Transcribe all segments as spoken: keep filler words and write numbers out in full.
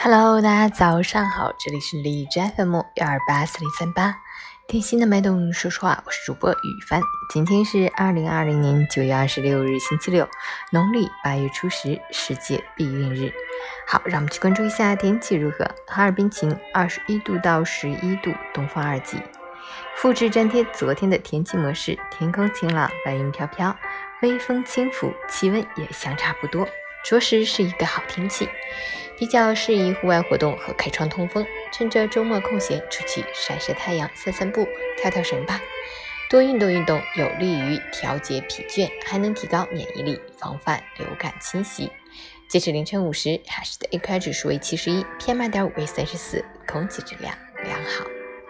Hello， 大家早上好，这里是荔枝 F M 幺二八四零三八，听心的脉动说说话，我是主播雨帆。今天是二零二零年九月二十六日，星期六，农历八月初十，世界避孕日。好，让我们去关注一下天气如何。哈尔滨晴，二十一度到十一度，东风二级。复制粘贴昨天的天气模式，天空晴朗，白云飘飘，微风轻拂，气温也相差不多，着实是一个好天气，比较适宜户外活动和开窗通风。趁着周末空闲，出去晒晒太阳，散散步，跳跳绳吧。多运动运动有利于调节疲倦，还能提高免疫力，防范流感侵袭。截止凌晨五时，海市的 A Q I 指数为七十一 ，P M 二点五 为三十四，空气质量良好。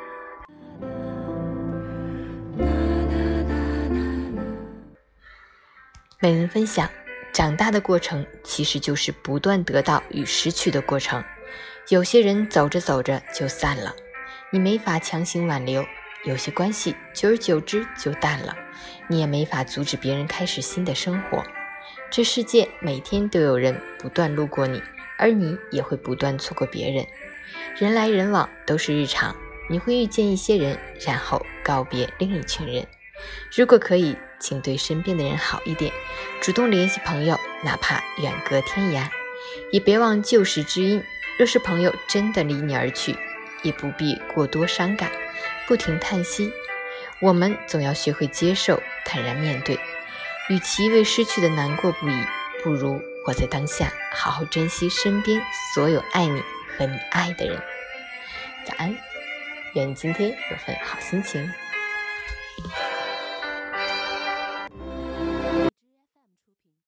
每人分享，长大的过程其实就是不断得到与失去的过程。有些人走着走着就散了，你没法强行挽留；有些关系久而久之就淡了，你也没法阻止别人开始新的生活。这世界每天都有人不断路过你，而你也会不断错过别人。人来人往都是日常，你会遇见一些人，然后告别另一群人。如果可以，请对身边的人好一点，主动联系朋友，哪怕远隔天涯。也别忘旧时知音，若是朋友真的离你而去，也不必过多伤感，不停叹息。我们总要学会接受，坦然面对。与其为失去的难过不已，不如活在当下，好好珍惜身边所有爱你和你爱的人。早安，愿今天有份好心情。